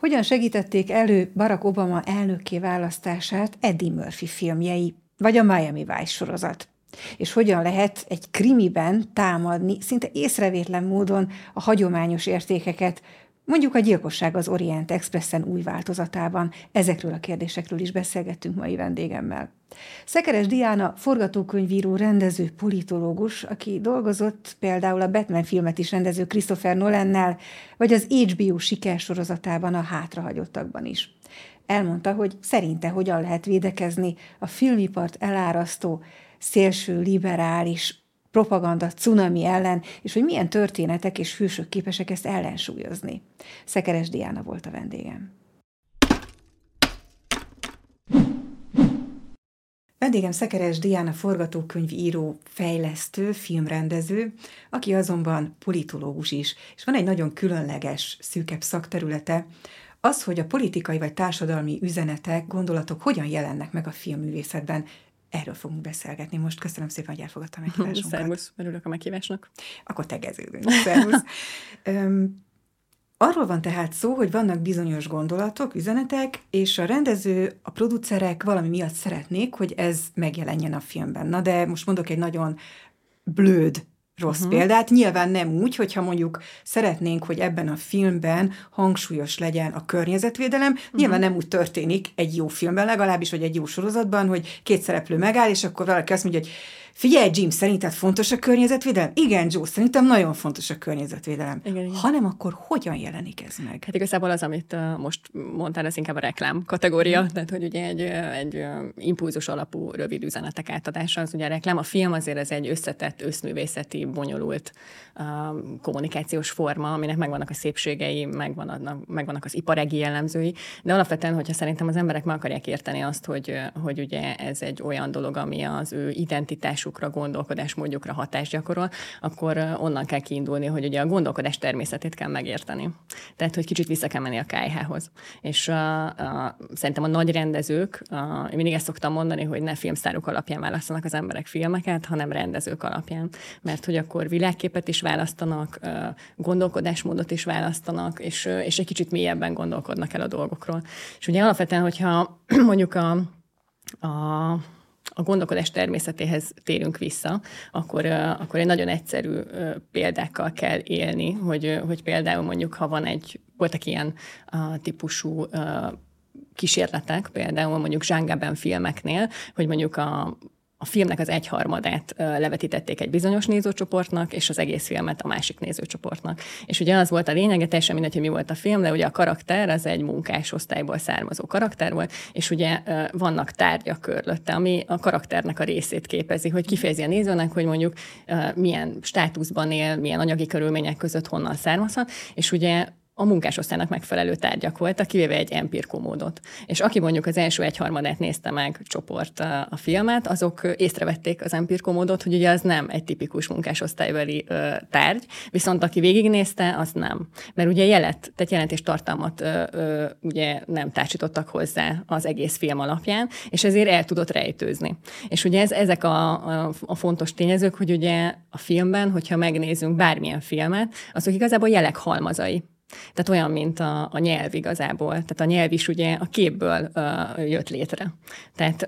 Hogyan segítették elő Barack Obama elnökké választását Eddie Murphy filmjei, vagy a Miami Vice sorozat? És hogyan lehet egy krimiben támadni szinte észrevétlen módon a hagyományos értékeket, mondjuk a Gyilkosság az Orient Expressen új változatában? Ezekről a kérdésekről is beszélgettünk mai vendégemmel. Szekeres Diana forgatókönyvíró, rendező, politológus, aki dolgozott például a Batman filmet is rendező Christopher Nolannel, vagy az HBO sikersorozatában, a Hátrahagyottakban is. Elmondta, hogy szerinte hogyan lehet védekezni a filmipart elárasztó, szélső liberális propaganda cunami ellen, és hogy milyen történetek és hősök képesek ezt ellensúlyozni. Szekeres Diana volt a vendégem. Vendégem Szekeres Diana forgatókönyvíró, fejlesztő, filmrendező, aki azonban politológus is, és van egy nagyon különleges, szűkebb szakterülete, az, hogy a politikai vagy társadalmi üzenetek, gondolatok hogyan jelennek meg a filmművészetben. Erről fogunk beszélgetni most. Köszönöm szépen, hogy elfogadtam a meghívásunkat. Szervusz, örülök a meghívásnak. Akkor tegeződünk. Szervusz. Arról van tehát szó, hogy vannak bizonyos gondolatok, üzenetek, és a rendező, a producerek valami miatt szeretnék, hogy ez megjelenjen a filmben. Na de most mondok egy nagyon blőd, rossz példát. Nyilván nem úgy, hogyha mondjuk szeretnénk, hogy ebben a filmben hangsúlyos legyen a környezetvédelem. Nyilván nem úgy történik egy jó filmben legalábbis, vagy egy jó sorozatban, hogy két szereplő megáll, és akkor valaki azt mondja, hogy figyelj, Jim, szerinted fontos a környezetvédelem? Igen, Joe, szerintem nagyon fontos a környezetvédelem. Igen. Hanem akkor hogyan jelenik ez meg? Hát igazából az, amit most mondtál, ez inkább a reklám kategória, tehát hogy ugye egy impulzus alapú rövid üzenetek átadása, az ugye a reklám. A film azért ez egy összetett, összművészeti, bonyolult kommunikációs forma, aminek megvannak a szépségei, megvannak az iparági jellemzői, de alapvetően, hogyha szerintem az emberek meg akarják érteni azt, hogy ugye ez egy olyan dolog, ami az ő identitásukra, gondolkodásmódjukra hatást gyakorol, akkor onnan kell kiindulni, hogy ugye a gondolkodás természetét kell megérteni. Tehát, hogy kicsit vissza kell menni a kályhához. És szerintem a nagy rendezők, én mindig ezt szoktam mondani, hogy ne filmsztárok alapján választanak az emberek filmeket, hanem rendezők alapján. Mert hogy akkor világképet is választanak, gondolkodásmódot is választanak, és egy kicsit mélyebben gondolkodnak el a dolgokról. És ugye alapvetően, hogyha mondjuk a gondolkodás természetéhez térünk vissza, akkor egy nagyon egyszerű példákkal kell élni, hogy például mondjuk, ha voltak ilyen típusú kísérletek, például mondjuk Jean Gabin filmeknél, hogy mondjuk a filmnek az 1/3 levetítették egy bizonyos nézőcsoportnak, és az egész filmet a másik nézőcsoportnak. És ugye az volt a lényege, teljesen mindegy, hogy mi volt a film, de ugye a karakter az egy munkásosztályból származó karakter volt, és ugye vannak tárgyak körülötte, ami a karakternek a részét képezi, hogy kifejezi a nézőnek, hogy mondjuk milyen státuszban él, milyen anyagi körülmények között honnan származhat, és ugye a munkásosztálynak megfelelő tárgyak voltak, kivéve egy empirkomódot. És aki mondjuk az első 1/3 nézte meg csoport a filmet, azok észrevették az empirkomódot, hogy ugye az nem egy tipikus munkásosztálybeli tárgy, viszont aki végignézte, az nem. Mert ugye jelentés tartalmat ugye nem társítottak hozzá az egész film alapján, és ezért el tudott rejtőzni. És ugye ezek a fontos tényezők, hogy ugye a filmben, hogyha megnézünk bármilyen filmet, azok igazából jelek halmazai. Tehát olyan, mint a nyelv igazából. Tehát a nyelv is ugye a képből jött létre. Tehát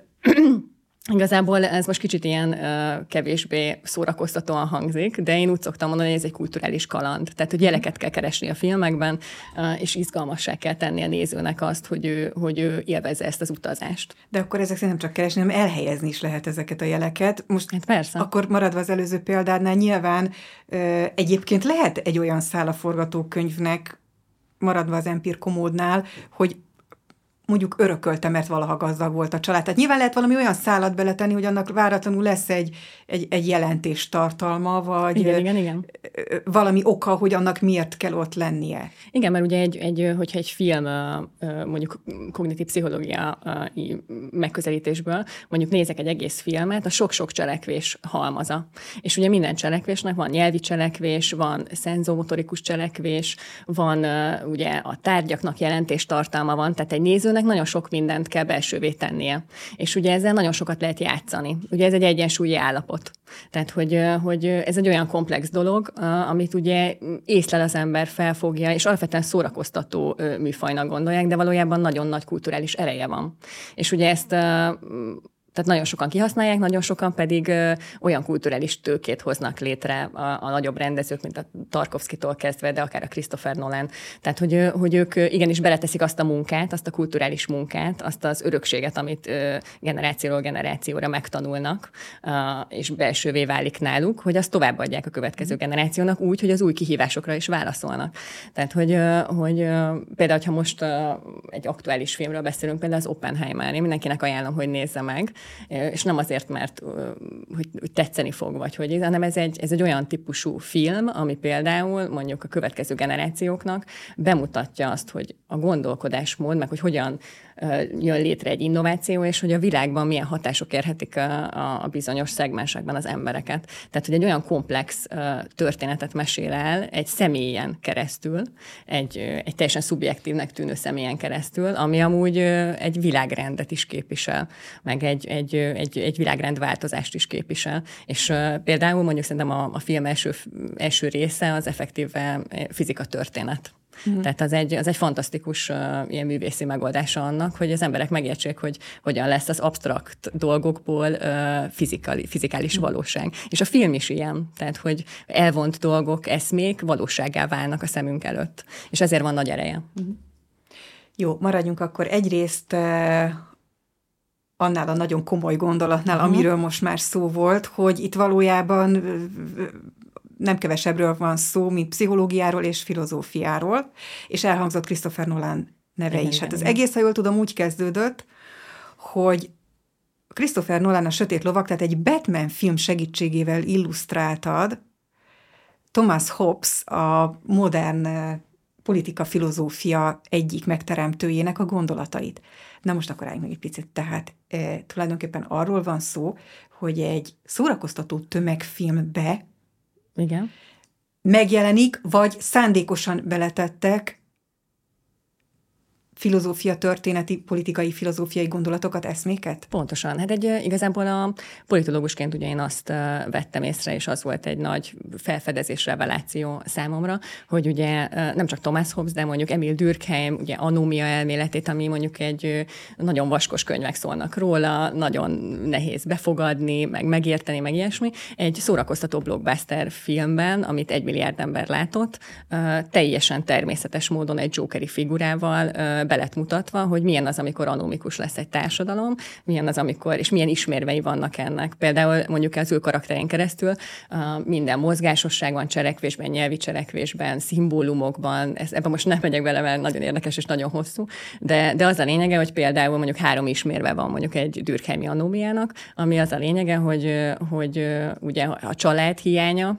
igazából ez most kicsit ilyen kevésbé szórakoztatóan hangzik, de én úgy szoktam mondani, hogy ez egy kulturális kaland. Tehát, hogy jeleket kell keresni a filmekben, és izgalmassá kell tenni a nézőnek azt, hogy ő élvezze ezt az utazást. De akkor ezek nem csak keresni, hanem elhelyezni is lehet ezeket a jeleket. Most hát persze. Akkor maradva az előző példádnál, nyilván egyébként lehet egy olyan szál a forgatókönyvnek, maradva az empirkomódnál, hogy mondjuk örökölte, mert valaha gazdag volt a család. Tehát nyilván lehet valami olyan szálat beletenni, hogy annak váratlanul lesz egy jelentés tartalma, vagy igen. valami oka, hogy annak miért kell ott lennie. Igen, mert ugye hogyha egy film mondjuk kognitív pszichológiai megközelítésből mondjuk nézek egy egész filmet, a sok-sok cselekvés halmaza. És ugye minden cselekvésnek van nyelvi cselekvés, van szenzomotorikus cselekvés, van ugye a tárgyaknak jelentés tartalma van, tehát egy nézőnek rendezőnek nagyon sok mindent kell belsővé tennie. És ugye ezzel nagyon sokat lehet játszani. Ugye ez egy egyensúlyi állapot. Tehát, hogy ez egy olyan komplex dolog, amit ugye észlel az ember, felfogja, és alapvetően szórakoztató műfajnak gondolják, de valójában nagyon nagy kulturális ereje van. És ugye ezt tehát nagyon sokan kihasználják, nagyon sokan pedig olyan kulturális tőkét hoznak létre a nagyobb rendezők, mint a Tarkovszkitól kezdve, de akár a Christopher Nolan. Tehát, hogy ők igenis beleteszik azt a munkát, azt a kulturális munkát, azt az örökséget, amit generációról generációra megtanulnak, és belsővé válik náluk, hogy azt továbbadják a következő generációnak úgy, hogy az új kihívásokra is válaszolnak. Tehát, hogy például, ha most egy aktuális filmről beszélünk, például az Oppenheimer, én mindenkinek ajánlom, hogy nézze meg, és nem azért, mert hogy tetszeni fog, vagy hogy, hanem ez egy olyan típusú film, ami például mondjuk a következő generációknak bemutatja azt, hogy a gondolkodásmód, meg hogy hogyan jön létre egy innováció, és hogy a világban milyen hatások érhetik a bizonyos szegmensekben az embereket. Tehát, hogy egy olyan komplex történetet mesél el egy személyen keresztül, egy teljesen szubjektívnek tűnő személyen keresztül, ami amúgy egy világrendet is képvisel, meg egy világrendváltozást is képvisel. És például mondjuk szerintem a film első része az effektíve fizika történet. Tehát az egy fantasztikus ilyen művészi megoldása annak, hogy az emberek megértsék, hogy hogyan lesz az absztrakt dolgokból fizikális valóság. És a film is ilyen, tehát hogy elvont dolgok, eszmék valósággá válnak a szemünk előtt. És ezért van nagy ereje. Jó, maradjunk akkor egyrészt annál a nagyon komoly gondolatnál, amiről most már szó volt, hogy itt valójában nem kevesebbről van szó, mint pszichológiáról és filozófiáról, és elhangzott Christopher Nolan neve is. Hát az egész, ha jól tudom, úgy kezdődött, hogy Christopher Nolan a Sötét Lovag, tehát egy Batman film segítségével illusztráltad Thomas Hobbes, a modern politika-filozófia egyik megteremtőjének a gondolatait. Na most akkor álljunk meg egy picit. Tehát tulajdonképpen arról van szó, hogy egy szórakoztató tömegfilmbe igen, megjelenik, vagy szándékosan beletettek filozófia történeti, politikai, filozófiai gondolatokat, eszméket? Pontosan. Hát igazából a politológusként ugye én azt vettem észre, és az volt egy nagy felfedezés, reveláció számomra, hogy ugye nem csak Thomas Hobbes, de mondjuk Emil Durkheim, ugye anómia elméletét, ami mondjuk egy nagyon vaskos könyvek szólnak róla, nagyon nehéz befogadni, meg megérteni, meg ilyesmi. Egy szórakoztató blockbuster filmben, amit 1 milliárd ember látott, teljesen természetes módon egy jokeri figurával be lett mutatva, hogy milyen az, amikor anomikus lesz egy társadalom, milyen az, amikor, és milyen ismérvei vannak ennek. Például mondjuk az ő karakterén keresztül minden mozgásosság van cselekvésben, nyelvi cselekvésben, szimbólumokban, ebben most nem megyek bele, mert nagyon érdekes és nagyon hosszú, de az a lényege, hogy például mondjuk 3 ismérve van mondjuk egy Durkheimi anómiának, ami az a lényege, hogy ugye a család hiánya,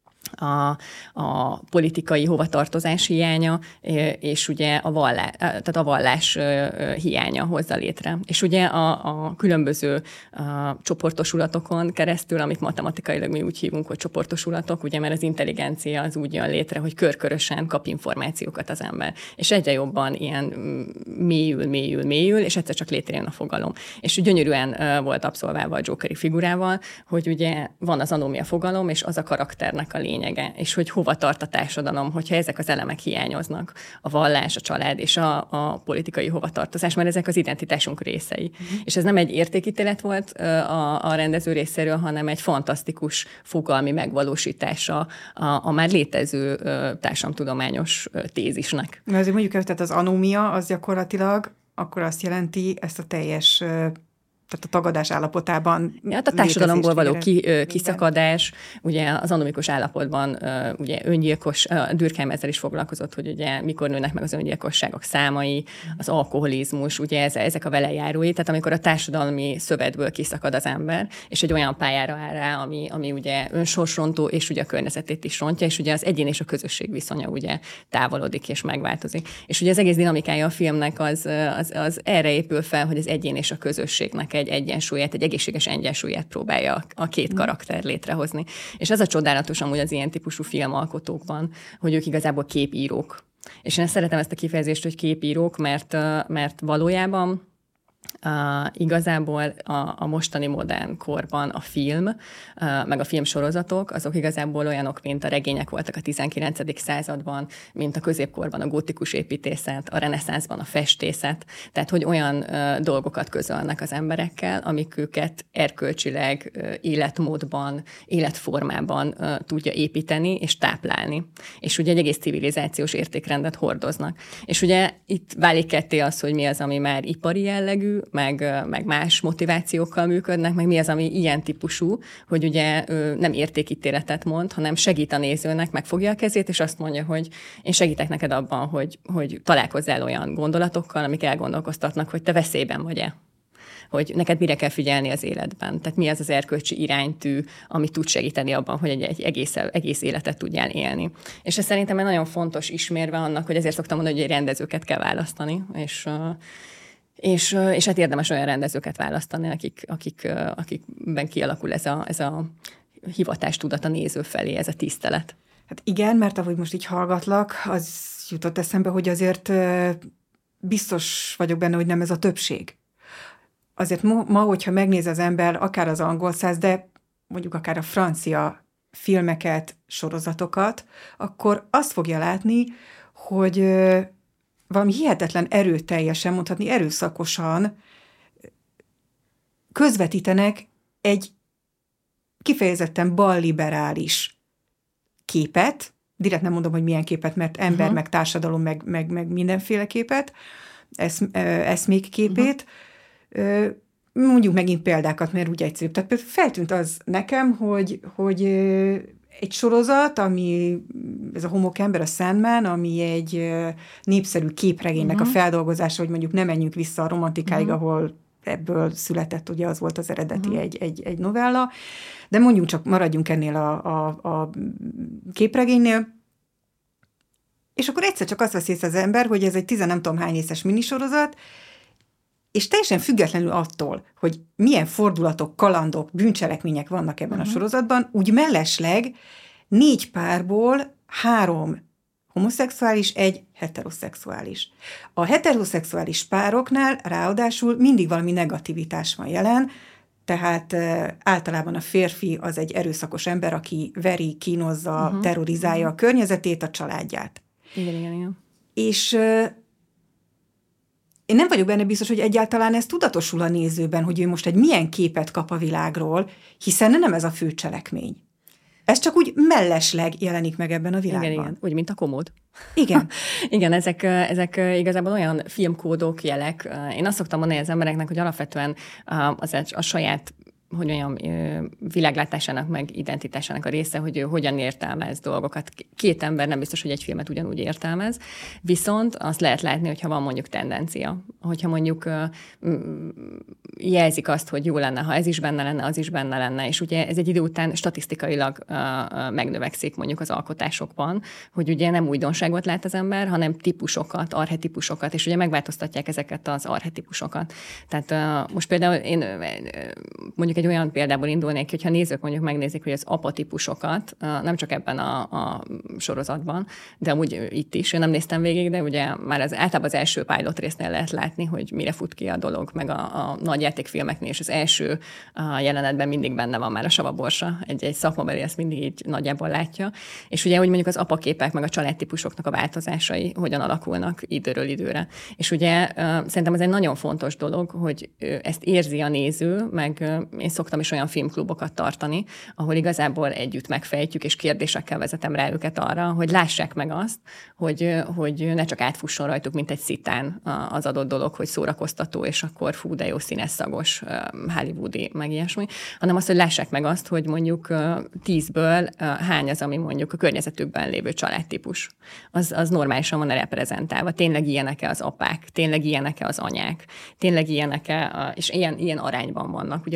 a politikai hovatartozás hiánya, és ugye a vallás hiánya hozza létre. És ugye a különböző csoportosulatokon keresztül, amit matematikailag mi úgy hívunk, hogy csoportosulatok, ugye, mert az intelligencia az úgy jön létre, hogy körkörösen kap információkat az ember. És egyre jobban ilyen mélyül, és egyszer csak létrejön a fogalom. És gyönyörűen volt abszolválva a jokeri figurával, hogy ugye van az anómia fogalom, és az a karakternek a lényege, és hogy hova tart a társadalom, hogyha ezek az elemek hiányoznak, a vallás, a család és a politikai hovatartozás, mert ezek az identitásunk részei. És ez nem egy értékítélet volt a rendező részéről, hanem egy fantasztikus fogalmi megvalósítása a már létező társadalomtudományos tézisnek. Azért mondjuk, tehát az anómia az gyakorlatilag akkor azt jelenti ezt a teljes, tehát a tagadás állapotában. Hát a társadalomból való kiszakadás, ugye az anomikus állapotban ugye öngyilkos, Durkheim ezzel is foglalkozott, hogy ugye mikor nőnek meg az öngyilkosságok számai, az alkoholizmus, ugye ezek a velejárói, tehát amikor a társadalmi szövetből kiszakad az ember, és egy olyan pályára áll rá, ami ugye önsorsrontó, és ugye a környezetét is rontja, és ugye az egyén és a közösség viszonya ugye távolodik és megváltozik. És ugye az egész dinamikája a filmnek az erre épül fel, hogy az egyén és a közösségnek egy egyensúlyát, egy egészséges egyensúlyát próbálja a két karakter létrehozni. És ez a csodálatos amúgy az ilyen típusú filmalkotókban, hogy ők igazából képírók. És én szeretem ezt a kifejezést, hogy képírók, mert valójában igazából a mostani modern korban a film, meg a filmsorozatok, azok igazából olyanok, mint a regények voltak a 19. században, mint a középkorban a gótikus építészet, a reneszánszban a festészet. Tehát, hogy olyan dolgokat közölnek az emberekkel, amik őket erkölcsileg, életmódban, életformában tudja építeni és táplálni. És ugye egy egész civilizációs értékrendet hordoznak. És ugye itt válik ketté az, hogy mi az, ami már ipari jellegű, meg más motivációkkal működnek, meg mi az, ami ilyen típusú, hogy ugye nem értékítéletet mond, hanem segít a nézőnek, megfogja a kezét, és azt mondja, hogy én segítek neked abban, hogy találkozzál olyan gondolatokkal, amik elgondolkoztatnak, hogy te veszélyben vagy-e. Hogy neked mire kell figyelni az életben. Tehát mi az az erkölcsi iránytű, ami tud segíteni abban, hogy egy egész életet tudjál élni. És ez szerintem egy nagyon fontos ismérve annak, hogy ezért szoktam mondani, hogy rendezőket kell választani, és hát érdemes olyan rendezőket választani, akikben kialakul ez a hivatástudat a néző felé, ez a tisztelet. Hát igen, mert ahogy most így hallgatlak, az jutott eszembe, hogy azért biztos vagyok benne, hogy nem ez a többség. Azért ma, hogyha megnéz az ember akár az angol száz, de mondjuk akár a francia filmeket, sorozatokat, akkor azt fogja látni, hogy valami hihetetlen erőteljesen, mondhatni erőszakosan közvetítenek egy kifejezetten balliberális képet, direkt nem mondom, hogy milyen képet, mert ember, meg társadalom, meg mindenféle képet, eszmék képét. Mondjuk megint példákat, mert úgy egyszerűbb. Tehát feltűnt az nekem, hogy egy sorozat, ami ez a Homokember, a Sandman, ami egy népszerű képregénynek a feldolgozása, hogy mondjuk nem menjünk vissza a romantikáig, ahol ebből született, ugye az volt az eredeti egy novella, de mondjuk csak maradjunk ennél a képregénynél, és akkor egyszer csak azt vesz észre az ember, hogy ez egy 10 nem tudom hány részes minisorozat, és teljesen függetlenül attól, hogy milyen fordulatok, kalandok, bűncselekmények vannak ebben a sorozatban, úgy mellesleg 4 párból 3 homoszexuális, 1 heteroszexuális. A heteroszexuális pároknál ráadásul mindig valami negativitás van jelen, tehát általában a férfi az egy erőszakos ember, aki veri, kínozza, terrorizálja a környezetét, a családját. Igen. És én nem vagyok benne biztos, hogy egyáltalán ez tudatosul a nézőben, hogy ő most egy milyen képet kap a világról, hiszen nem ez a fő cselekmény. Ez csak úgy mellesleg jelenik meg ebben a világban. Igen. Úgy, mint a komód. Igen. Igen, ezek igazából olyan filmkódok, jelek. Én azt szoktam mondani az embereknek, hogy alapvetően a saját hogy olyan világlátásának, meg identitásának a része, hogy ő hogyan értelmez dolgokat. 2 ember nem biztos, hogy egy filmet ugyanúgy értelmez, viszont azt lehet látni, hogyha van mondjuk tendencia, hogyha mondjuk jelzik azt, hogy jó lenne, ha ez is benne lenne, az is benne lenne, és ugye ez egy idő után statisztikailag megnövekszik mondjuk az alkotásokban, hogy ugye nem újdonságot lát az ember, hanem típusokat, archetipusokat, és ugye megváltoztatják ezeket az archetipusokat. Tehát most például én mondjuk egy olyan példából indulnék, hogyha nézők mondjuk megnézik, hogy az apatípusokat, nem csak ebben a sorozatban, de amúgy itt is, én nem néztem végig, de ugye már általában az első pilot résznél lehet látni, hogy mire fut ki a dolog, meg a nagy játékfilmeknél, és az első jelenetben mindig benne van már a savaborsa, egy szakmabeli ezt mindig így nagyjából látja, és ugye, hogy mondjuk az apaképek, meg a családtípusoknak a változásai hogyan alakulnak időről időre. És ugye szerintem ez egy nagyon fontos dolog, hogy ezt érzi a néző, meg én szoktam is olyan filmklubokat tartani, ahol igazából együtt megfejtjük, és kérdésekkel vezetem rá őket arra, hogy lássák meg azt, hogy ne csak átfusson rajtuk, mint egy szitán az adott dolog, hogy szórakoztató, és akkor fú, de jó színes, szagos, hollywoodi, meg ilyesmi, hanem azt, hogy lássák meg azt, hogy mondjuk 10-ből hány az, ami mondjuk a környezetükben lévő családtípus. Az normálisan van reprezentálva. Tényleg ilyenek-e az apák, tényleg ilyenek-e az anyák, tényleg ilyenek-e, és ilyen arányban vannak ugye a dolgok,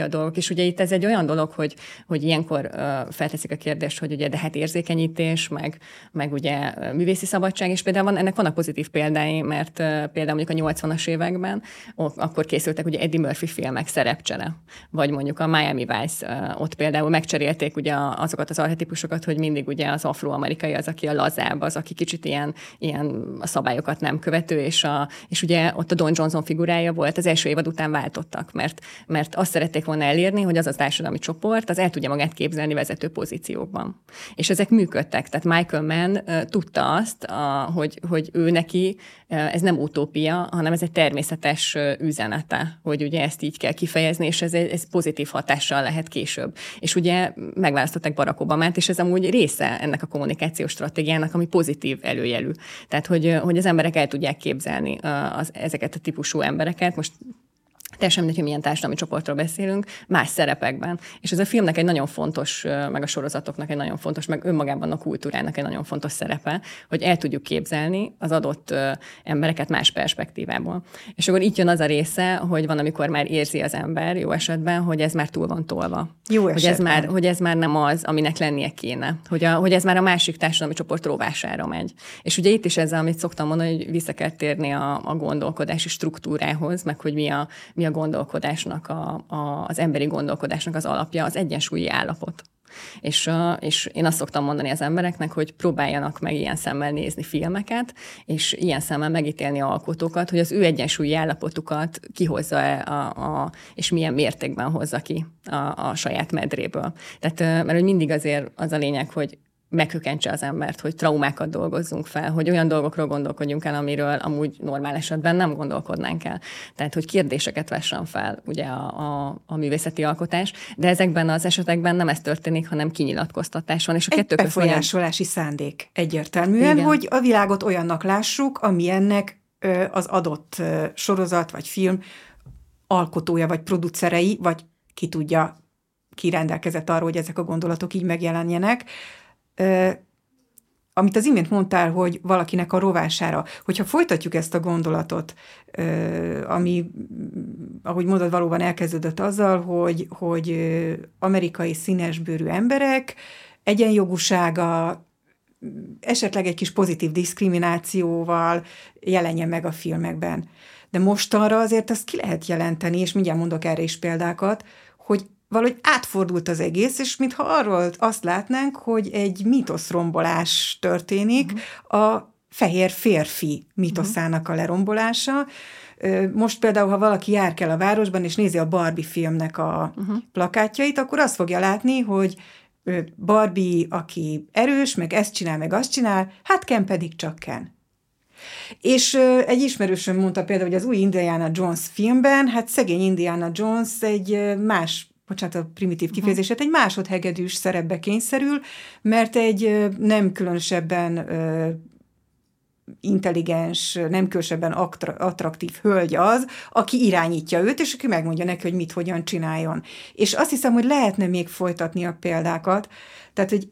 és ugye itt ez egy olyan dolog, hogy ilyenkor felteszik a kérdést, hogy ugye de hát érzékenyítés, meg ugye művészi szabadság, és például ennek vannak pozitív példái, mert például mondjuk a 80-as években akkor készültek ugye Eddie Murphy filmek, Szerepcsere, vagy mondjuk a Miami Vice, ott például megcserélték ugye azokat az archetipusokat, hogy mindig ugye az afroamerikai az, aki a lazább, az, aki kicsit ilyen a szabályokat nem követő, és ugye ott a Don Johnson figurája volt, az első évad után váltottak, mert azt szerették volna elérni, hogy az a társadalmi csoport az el tudja magát képzelni vezető pozíciókban. És ezek működtek. Tehát Michael Mann tudta azt, hogy ő neki ez nem utópia, hanem ez egy természetes üzenete, hogy ugye ezt így kell kifejezni, és ez pozitív hatással lehet később. És ugye megválasztották Barack Obamát, és ez amúgy része ennek a kommunikációs stratégiának, ami pozitív előjelű. Tehát, hogy az emberek el tudják képzelni ezeket a típusú embereket. Most teljesen mindegy, hogy milyen társadalmi csoportról beszélünk, más szerepekben. És ez a filmnek egy nagyon fontos, meg a sorozatoknak egy nagyon fontos, meg önmagában a kultúrának egy nagyon fontos szerepe, hogy el tudjuk képzelni az adott embereket más perspektívából. És akkor itt jön az a része, hogy van, amikor már érzi az ember, jó esetben, hogy ez már túl van tolva. Jó esetben. Hogy ez már nem az, aminek lennie kéne. Hogy ez már a másik társadalmi csoport rovására megy. És ugye itt is ezzel, amit szoktam mondani, hogy vissza kell térni a gondolkodási struktúrához, meg hogy mi a gondolkodásnak, az emberi gondolkodásnak az alapja, az egyensúlyi állapot. És én azt szoktam mondani az embereknek, hogy próbáljanak meg ilyen szemmel nézni filmeket, és ilyen szemmel megítélni alkotókat, hogy az ő egyensúlyi állapotukat kihozza és milyen mértékben hozza ki a saját medréből. Tehát, mert hogy mindig azért az a lényeg, hogy meghökkentse az embert, hogy traumákat dolgozzunk fel, hogy olyan dolgokról gondolkodjunk el, amiről amúgy normál esetben nem gondolkodnánk el. Tehát, hogy kérdéseket vessen fel ugye a művészeti alkotás, de ezekben az esetekben nem ez történik, hanem kinyilatkoztatás van. És a kettő befolyásolási szándék egyértelműen, igen, hogy a világot olyannak lássuk, ami ennek az adott sorozat vagy film alkotója vagy producerei, vagy ki tudja, ki rendelkezett arról, hogy ezek a gondolatok így megjelenjenek. Amit az imént mondtál, hogy valakinek a rovására, hogyha folytatjuk ezt a gondolatot, ami, ahogy mondod, valóban elkezdődött azzal, hogy amerikai színesbőrű emberek egyenjogúsága, esetleg egy kis pozitív diszkriminációval jelenjen meg a filmekben. De mostanra azért azt ki lehet jelenteni, és mindjárt mondok erre is példákat, hogy valahogy átfordult az egész, és mintha arról azt látnánk, hogy egy mítoszrombolás történik, a fehér férfi mítoszának a lerombolása. Most például, ha valaki jár kell a városban, és nézi a Barbie filmnek a plakátjait, akkor azt fogja látni, hogy Barbie, aki erős, meg ezt csinál, meg azt csinál, hát Ken pedig csak Ken. És egy ismerősöm mondta például, hogy az új Indiana Jones filmben, hát szegény Indiana Jones egy bocsánat a primitív kifejezéset, egy másodhegedűs szerepbe kényszerül, mert egy nem különösebben intelligens, nem különösebben attraktív hölgy az, aki irányítja őt, és aki megmondja neki, hogy mit, hogyan csináljon. És azt hiszem, hogy lehetne még folytatni a példákat. Tehát, hogy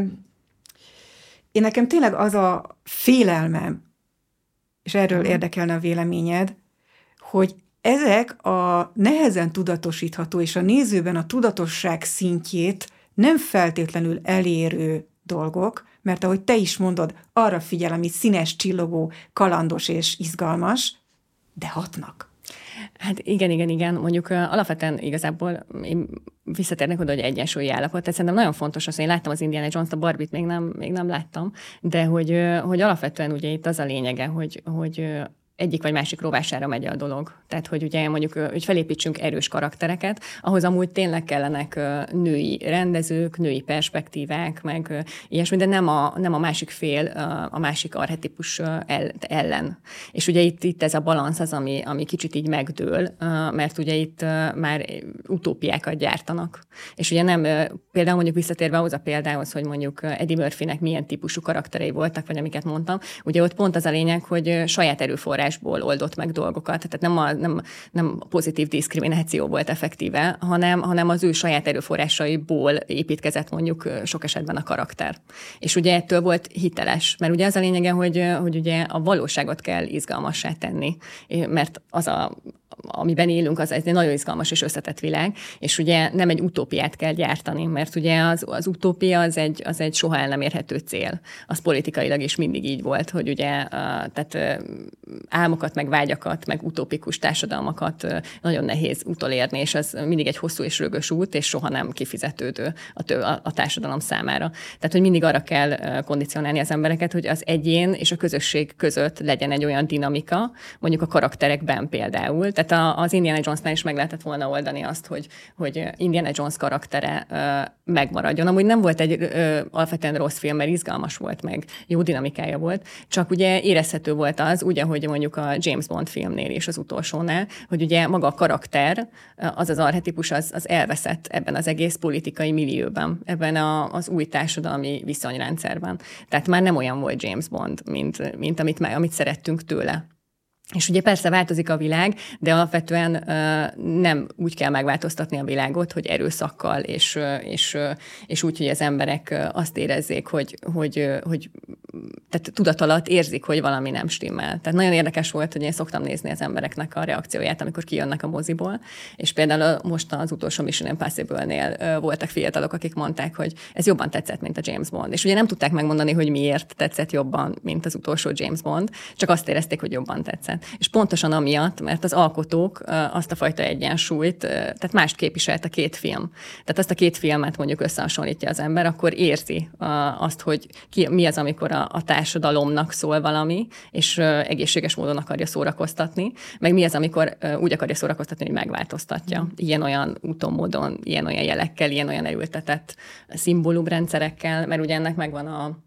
én nekem tényleg az a félelmem, és erről érdekelne a véleményed, hogy ezek a nehezen tudatosítható és a nézőben a tudatosság szintjét nem feltétlenül elérő dolgok, mert ahogy te is mondod, arra figyel, ami színes, csillogó, kalandos és izgalmas, de hatnak. Hát igen. Mondjuk alapvetően igazából én visszatérnek oda, hogy egyensúlyi állapot. Tehát szerintem nagyon fontos az, hogy én láttam az Indiana Jones-t, a Barbie-t még nem láttam, de hogy alapvetően ugye itt az a lényege, hogy egyik vagy másik rovására megy a dolog. Tehát, hogy ugye mondjuk, hogy felépítsünk erős karaktereket, ahhoz amúgy tényleg kellenek női rendezők, női perspektívák, meg ilyesmi, de nem a másik fél, a másik archetipus ellen. És ugye itt ez a balansz az, ami kicsit így megdől, mert ugye itt már utópiákat gyártanak. És ugye nem, például mondjuk visszatérve ahhoz a példához, hogy mondjuk Eddie Murphynek milyen típusú karakterei voltak, vagy amiket mondtam, ugye ott pont az a lényeg, hogy saját erőforrásból oldott meg dolgokat. Tehát nem pozitív diszkrimináció volt effektíve, hanem az ő saját erőforrásaiból építkezett mondjuk sok esetben a karakter. És ugye ettől volt hiteles, mert ugye az a lényege, hogy ugye a valóságot kell izgalmassá tenni, mert amiben élünk, az egy nagyon izgalmas és összetett világ, és ugye nem egy utópiát kell gyártani, mert ugye az utópia az egy soha el nem érhető cél. Az politikailag is mindig így volt, hogy ugye tehát álmokat, meg vágyakat, meg utópikus társadalmakat nagyon nehéz utolérni, és az mindig egy hosszú és rögös út, és soha nem kifizetődő a társadalom számára. Tehát, hogy mindig arra kell kondicionálni az embereket, hogy az egyén és a közösség között legyen egy olyan dinamika, mondjuk a karakterekben például. Tehát az Indiana Jonesnál is meg lehetett volna oldani azt, hogy Indiana Jones karaktere megmaradjon. Amúgy nem volt egy alapvetően rossz film, mert izgalmas volt, meg jó dinamikája volt, csak ugye érezhető volt az, úgy, ahogy mondjuk a James Bond filmnél és az utolsónál, hogy ugye maga a karakter, az archetipus, az elveszett ebben az egész politikai millióban, ebben az új társadalmi viszonyrendszerben. Tehát már nem olyan volt James Bond, mint amit szerettünk tőle. És ugye persze változik a világ, de alapvetően nem úgy kell megváltoztatni a világot, hogy erőszakkal, és úgy, hogy az emberek azt érezzék, hogy tehát tudat alatt érzik, hogy valami nem stimmel. Tehát nagyon érdekes volt, hogy én szoktam nézni az embereknek a reakcióját, amikor kijönnek a moziból, és például most az utolsó Mission Impossible-nél voltak fiatalok, akik mondták, hogy ez jobban tetszett, mint a James Bond. És ugye nem tudták megmondani, hogy miért tetszett jobban, mint az utolsó James Bond, csak azt érezték, hogy jobban tetszett. És pontosan amiatt, mert az alkotók azt a fajta egyensúlyt, tehát mást képviselt a két film. Tehát azt a két filmet mondjuk összehasonlítja az ember, akkor érzi azt, hogy mi az, amikor a társadalomnak szól valami, és egészséges módon akarja szórakoztatni, meg mi az, amikor úgy akarja szórakoztatni, hogy megváltoztatja. Ilyen-olyan úton, módon, ilyen-olyan jelekkel, ilyen-olyan erőltetett szimbólumrendszerekkel, mert ugye ennek megvan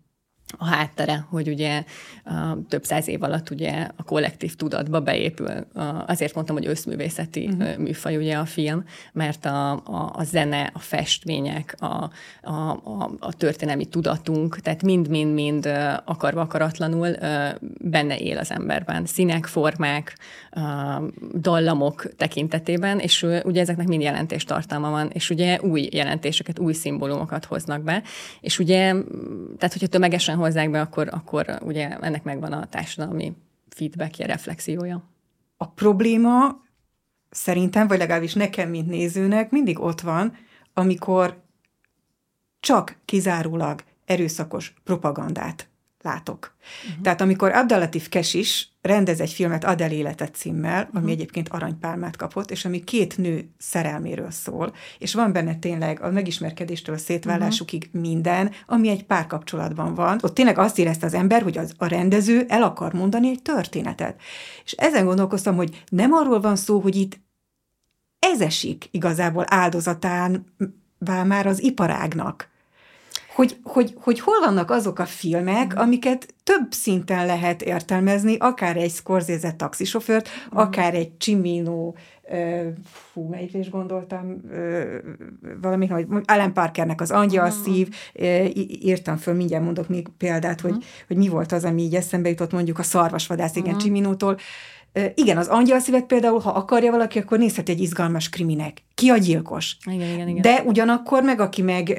a háttere, hogy ugye több száz év alatt ugye a kollektív tudatba beépül. Azért mondtam, hogy összművészeti műfaj ugye a film, mert a zene, a festmények, a történelmi tudatunk, tehát mind-mind-mind akarva akaratlanul benne él az emberben. Színek, formák, dallamok tekintetében, és ugye ezeknek mind jelentéstartalma van, és ugye új jelentéseket, új szimbólumokat hoznak be, és ugye, tehát hogyha tömegesen hozzák be, akkor ugye ennek megvan a társadalmi feedbackje, reflexiója. A probléma szerintem, vagy legalábbis nekem, mint nézőnek, mindig ott van, amikor csak kizárólag erőszakos propagandát látok. Tehát amikor Abdel-Latif Kechiche rendez egy filmet Adel élete címmel, ami egyébként aranypálmát kapott, és ami két nő szerelméről szól, és van benne tényleg a megismerkedéstől a szétválásukig minden, ami egy párkapcsolatban van. Ott tényleg azt érezte az ember, hogy a rendező el akar mondani egy történetet. És ezen gondolkoztam, hogy nem arról van szó, hogy itt ez esik igazából áldozatán már az iparágnak. Hogy hol vannak azok a filmek, amiket több szinten lehet értelmezni, akár egy Scorsese taxisofőrt, akár egy Cimino, melyikre is gondoltam, valamit, hogy Alan Parkernek az Angyalszív, írtam föl, mindjárt mondok még példát, hogy mi volt az, ami így eszembe jutott, mondjuk a Szarvasvadász, igen, Ciminótól. Igen, az Angyalszívet például, ha akarja valaki, akkor nézhet egy izgalmas kriminek. Ki a gyilkos? Igen. De ugyanakkor meg, aki meg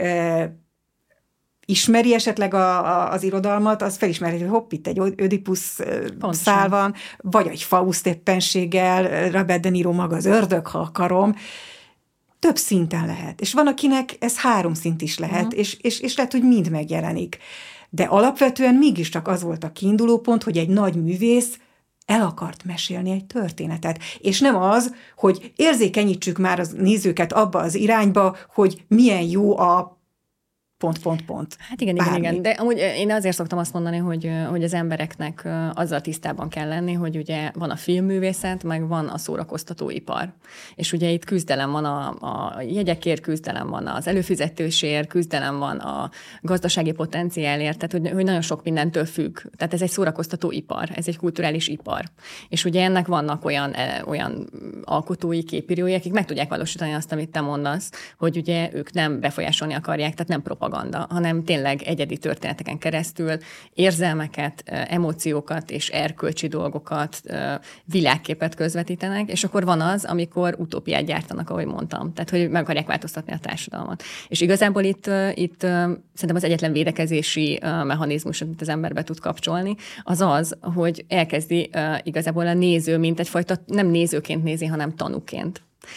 ismeri esetleg az irodalmat, az felismeri, hogy hopp, itt egy Ödipusz szál van, vagy egy Faust éppenséggel, Robert De Niro maga az ördög, ha akarom. Több szinten lehet. És van, akinek ez 3 szint is lehet, és lehet, hogy mind megjelenik. De alapvetően mégiscsak az volt a kiinduló pont, hogy egy nagy művész el akart mesélni egy történetet. És nem az, hogy érzékenyítsük már az nézőket abba az irányba, hogy milyen jó a pont. Hát igen. De amúgy én azért szoktam azt mondani, hogy az embereknek azzal tisztában kell lenni, hogy ugye van a filmművészet, meg van a szórakoztatóipar. És ugye itt küzdelem van a jegyekért, küzdelem van az előfizetésért, küzdelem van a gazdasági potenciálért, tehát hogy nagyon sok mindentől függ. Tehát ez egy szórakoztatóipar, ez egy kulturális ipar. És ugye ennek vannak olyan alkotói, képírói, akik meg tudják valósítani azt, amit te mondasz, hogy ugye ők nem befolyásolni akarják, tehát nem propaganda, hanem tényleg egyedi történeteken keresztül érzelmeket, emóciókat és erkölcsi dolgokat, világképet közvetítenek, és akkor van az, amikor utópiát gyártanak, ahogy mondtam. Tehát, hogy meg akarják változtatni a társadalmat. És igazából itt szerintem az egyetlen védekezési mechanizmus, amit az ember be tud kapcsolni, az, hogy elkezdi igazából a néző, mint egyfajta nem nézőként nézi, hanem tanúként.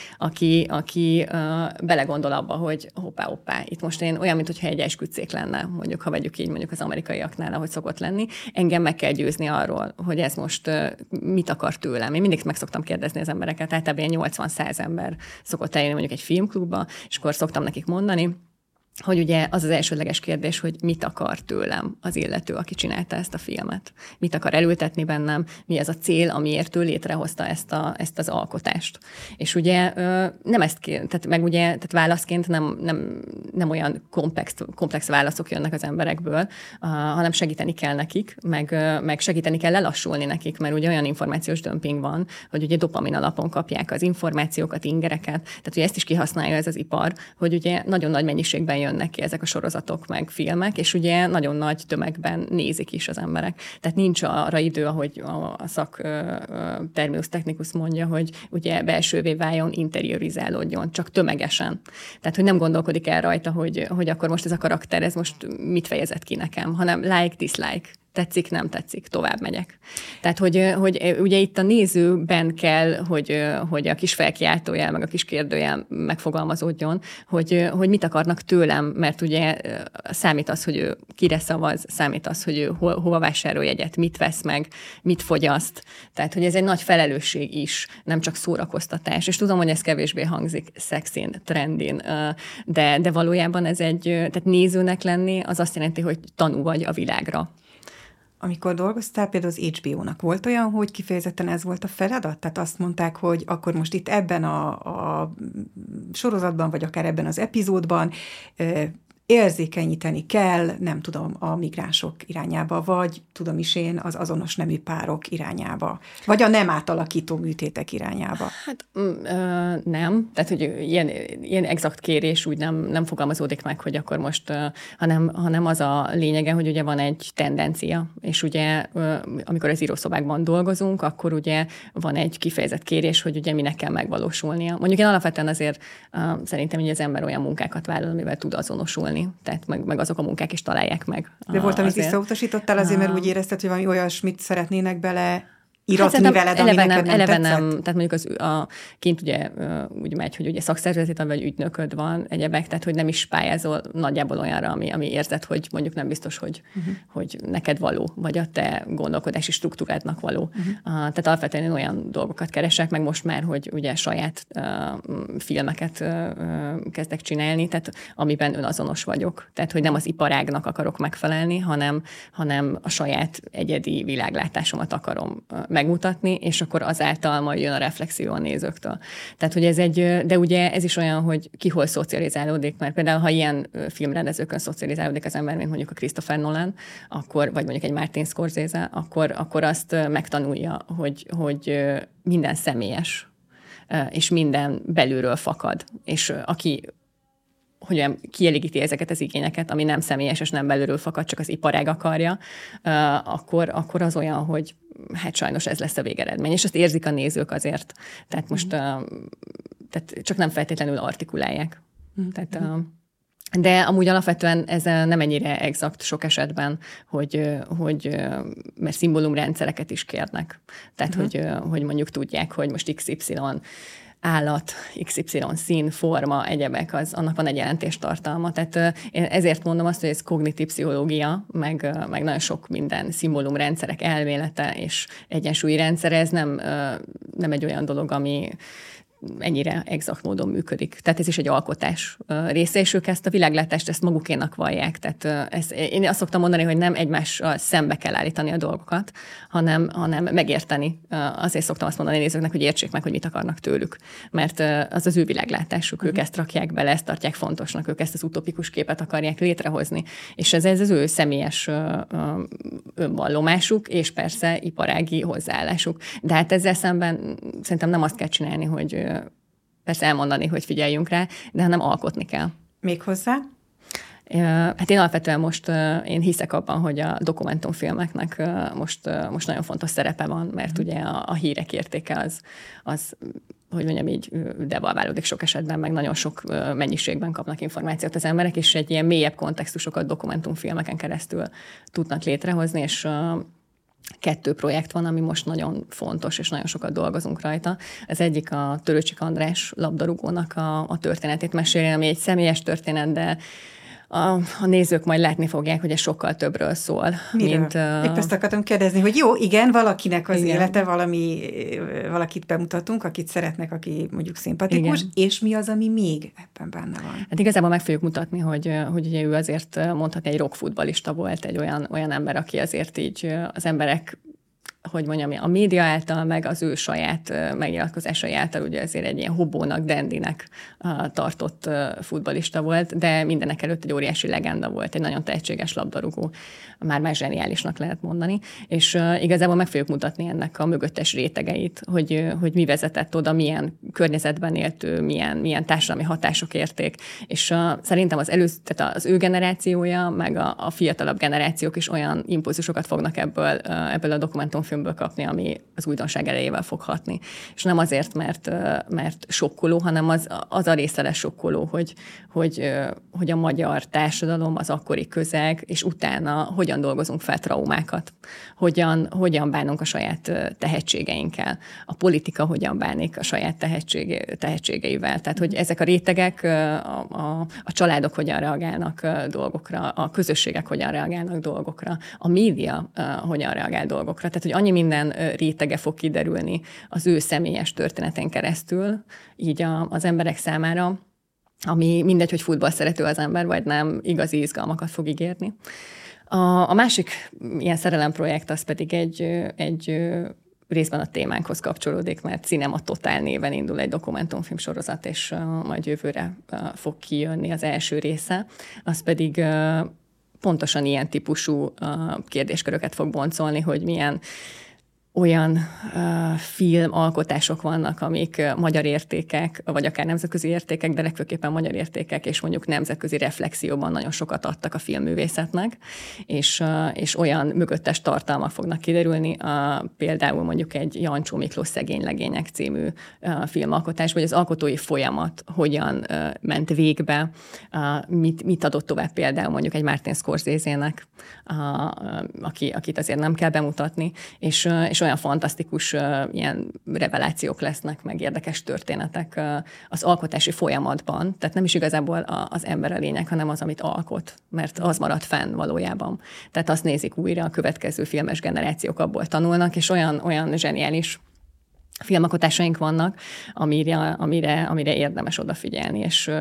Aki belegondol abba, hogy hoppá, itt most én olyan, mintha egy esküdtszék lenne, mondjuk, ha vegyük így mondjuk az amerikaiaknál, ahogy szokott lenni, engem meg kell győzni arról, hogy ez most mit akar tőlem. Én mindig meg szoktam kérdezni az embereket, általában 80-100 ember szokott eljönni mondjuk egy filmklubba, és akkor szoktam nekik mondani, hogy ugye az elsődleges kérdés, hogy mit akar tőlem az illető, aki csinálta ezt a filmet. Mit akar elültetni bennem, mi az a cél, amiért ő létrehozta ezt az alkotást. És ugye nem ezt tehát válaszként nem olyan komplex válaszok jönnek az emberekből, hanem segíteni kell nekik, meg segíteni kell lelassulni nekik, mert ugye olyan információs dömping van, hogy ugye dopamin alapon kapják az információkat, ingereket, tehát ugye ezt is kihasználja ez az ipar, hogy ugye nagyon nagy mennyiségben jönnek ki ezek a sorozatok, meg filmek, és ugye nagyon nagy tömegben nézik is az emberek. Tehát nincs arra idő, ahogy a terminus technicus mondja, hogy ugye belsővé váljon, interiorizálódjon, csak tömegesen. Tehát, hogy nem gondolkodik el rajta, hogy akkor most ez a karakter, ez most mit fejezett ki nekem, hanem like, dislike. Tetszik, nem tetszik, tovább megyek. Tehát, hogy ugye itt a nézőben kell, hogy a kis felkiáltójel, meg a kis kérdőjel megfogalmazódjon, hogy mit akarnak tőlem, mert ugye számít az, hogy ő kire szavaz, számít az, hogy ő hova vásárol jegyet, mit vesz meg, mit fogyaszt. Tehát, hogy ez egy nagy felelősség is, nem csak szórakoztatás. És tudom, hogy ez kevésbé hangzik szexin, trendin, de valójában ez tehát nézőnek lenni, az azt jelenti, hogy tanú vagy a világra. Amikor dolgoztál, például az HBO-nak volt olyan, hogy kifejezetten ez volt a feladat? Tehát azt mondták, hogy akkor most itt ebben a sorozatban, vagy akár ebben az epizódban érzékenyíteni kell, nem tudom, a migránsok irányába, vagy tudom is én, az azonos nemű párok irányába, vagy a nem átalakító műtétek irányába. Hát nem, tehát hogy ilyen exakt kérés úgy nem fogalmazódik meg, hogy akkor most, hanem az a lényege, hogy ugye van egy tendencia, és ugye amikor az írószobákban dolgozunk, akkor ugye van egy kifejezett kérés, hogy ugye minek kell megvalósulnia. Mondjuk én alapvetően azért szerintem, hogy az ember olyan munkákat vállal, amivel tud azonosulni. Tehát meg azok a munkák is találják meg. De volt, amit visszautasítottál azért, mert úgy érezted, hogy valami olyasmit szeretnének bele iratni veled, ami neked nem tetszett? Tehát mondjuk kint ugye úgy megy, hogy ugye szakszervezeti vagy ügynököd van, egyebek, tehát hogy nem is pályázol nagyjából olyanra, ami érzed, hogy mondjuk nem biztos, hogy neked való, vagy a te gondolkodási struktúrádnak való. Tehát alapvetően én olyan dolgokat keresek, meg most már, hogy ugye saját filmeket kezdek csinálni, tehát amiben önazonos vagyok. Tehát, hogy nem az iparágnak akarok megfelelni, hanem a saját egyedi világlátásomat akarom megmutatni, és akkor azáltal majd jön a reflexió a nézőktől. Tehát, hogy de ugye ez is olyan, hogy ki hol szocializálódik, mert például, ha ilyen filmrendezőkön szocializálódik az ember, mint mondjuk a Christopher Nolan, vagy mondjuk egy Martin Scorsese, akkor azt megtanulja, hogy minden személyes, és minden belülről fakad. És aki hogy kielégíti ezeket az igényeket, ami nem személyes és nem belülről fakad, csak az iparág akarja, akkor az olyan, hogy hát sajnos ez lesz a végeredmény. És azt érzik a nézők azért. Tehát most tehát csak nem feltétlenül artikulálják. Tehát, de amúgy alapvetően ez nem ennyire exakt sok esetben, mert szimbólumrendszereket is kérnek. Tehát, hogy mondjuk tudják, hogy most XY állat, XY szín, forma, egyebek, annak van egy jelentéstartalma. Tehát én ezért mondom azt, hogy ez kognitív pszichológia, meg nagyon sok minden szimbólumrendszerek elmélete és egyensúlyi rendszer, ez nem egy olyan dolog, ami ennyire exakt módon működik. Tehát ez is egy alkotás része, és ők ezt a világlátást, ezt magukénak vallják. Tehát én azt szoktam mondani, hogy nem egymással szembe kell állítani a dolgokat, hanem megérteni. Azért szoktam azt mondani a nézőknek, hogy értsék meg, hogy mit akarnak tőlük. Mert az ő világlátásuk, ők ezt rakják bele, ezt tartják fontosnak, ők ezt az utopikus képet akarják létrehozni. És ez az ő személyes önvallomásuk, és persze iparági hozzáállásuk. De hát ezzel szemben szerintem nem azt kell csinálni, hogy persze elmondani, hogy figyeljünk rá, de hanem alkotni kell. Még hozzá? Hát én alapvetően most én hiszek abban, hogy a dokumentumfilmeknek most nagyon fontos szerepe van, mert ugye a hírek értéke az hogy mondjam így, devalválódik sok esetben, meg nagyon sok mennyiségben kapnak információt az emberek, és egy ilyen mélyebb kontextusokat dokumentumfilmeken keresztül tudnak létrehozni, 2 projekt van, ami most nagyon fontos, és nagyon sokat dolgozunk rajta. Az egyik a Törőcsik András labdarúgónak a történetét meséli, ami egy személyes történet, de a nézők majd látni fogják, hogy ez sokkal többről szól. Miről? Mint, Épp ezt akartam kérdezni, hogy jó, igen, valakinek az igen. élete, valakit bemutatunk, akit szeretnek, aki mondjuk szimpatikus, Igen. és mi az, ami még ebben benne van? Hát igazából meg fogjuk mutatni, hogy ugye ő azért mondhatni egy rockfutballista volt, egy olyan ember, aki azért így az emberek, hogy mondjam, a média által, meg az ő saját megnyilatkozásai által ugye azért egy ilyen hobónak, dandinek tartott futballista volt, de mindenek előtt egy óriási legenda volt, egy nagyon tehetséges labdarúgó, már zseniálisnak lehet mondani, és igazából meg fogjuk mutatni ennek a mögöttes rétegeit, hogy mi vezetett oda, milyen környezetben élt ő, milyen társadalmi hatások érték, és szerintem tehát az ő generációja, meg a fiatalabb generációk is olyan impulzusokat fognak ebből a dokumentumfilmből kapni, ami az újdonság elejével fog hatni. És nem azért, mert sokkoló, hanem az a része lesz sokkoló, hogy a magyar társadalom, az akkori közeg, és utána hogyan dolgozunk fel traumákat, hogyan bánunk a saját tehetségeinkkel, a politika hogyan bánik a saját tehetségeivel. Tehát, hogy ezek a rétegek, a családok hogyan reagálnak dolgokra, a közösségek hogyan reagálnak dolgokra, a média hogyan reagál dolgokra. Tehát, hogy annyi minden rétege fog kiderülni az ő személyes történeten keresztül, így az emberek számára, ami mindegy, hogy futball szerető az ember, vagy nem, igazi izgalmakat fog ígérni. A másik ilyen szerelemprojekt az pedig egy részben a témánkhoz kapcsolódik, mert Cinema Total néven indul egy dokumentumfilm sorozat, és majd jövőre fog kijönni az első része. Az pedig pontosan ilyen típusú kérdésköröket fog boncolni, hogy milyen olyan filmalkotások vannak, amik magyar értékek, vagy akár nemzetközi értékek, de legfőképpen magyar értékek, és mondjuk nemzetközi reflexióban nagyon sokat adtak a filmművészetnek, és olyan mögöttes tartalmak fognak kiderülni, például mondjuk egy Jancsó Miklós Szegény legények című filmalkotás, vagy az alkotói folyamat hogyan ment végbe, mit adott tovább például mondjuk egy Martin Scorsese-nek, akit azért nem kell bemutatni, és olyan fantasztikus ilyen revelációk lesznek, meg érdekes történetek az alkotási folyamatban. Tehát nem is igazából az ember a lényeg, hanem az, amit alkot, mert az marad fenn valójában. Tehát azt nézik újra, a következő filmes generációk abból tanulnak, és olyan zseniális filmalkotásaink vannak, amire érdemes odafigyelni,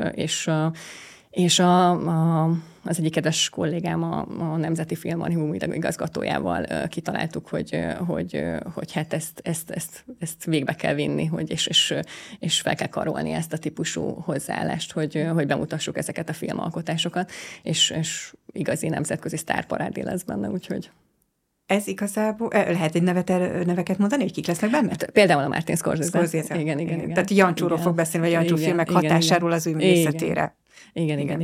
és az egyik kedves kollégám a Nemzeti Filmarchívum igazgatójával kitaláltuk, hogy hát ezt végbe kell vinni, és fel kell karolni ezt a típusú hozzáállást, hogy bemutassuk ezeket a filmalkotásokat, és igazi nemzetközi sztárparádé lesz benne, úgyhogy... Ez igazából, lehet egy neveket mondani, hogy kik lesznek benne? Hát, például a Martin Scorsese. Igen. Tehát Jancsóról fog beszélni, vagy Jancsó filmek hatásáról az ő művészetére. Igen.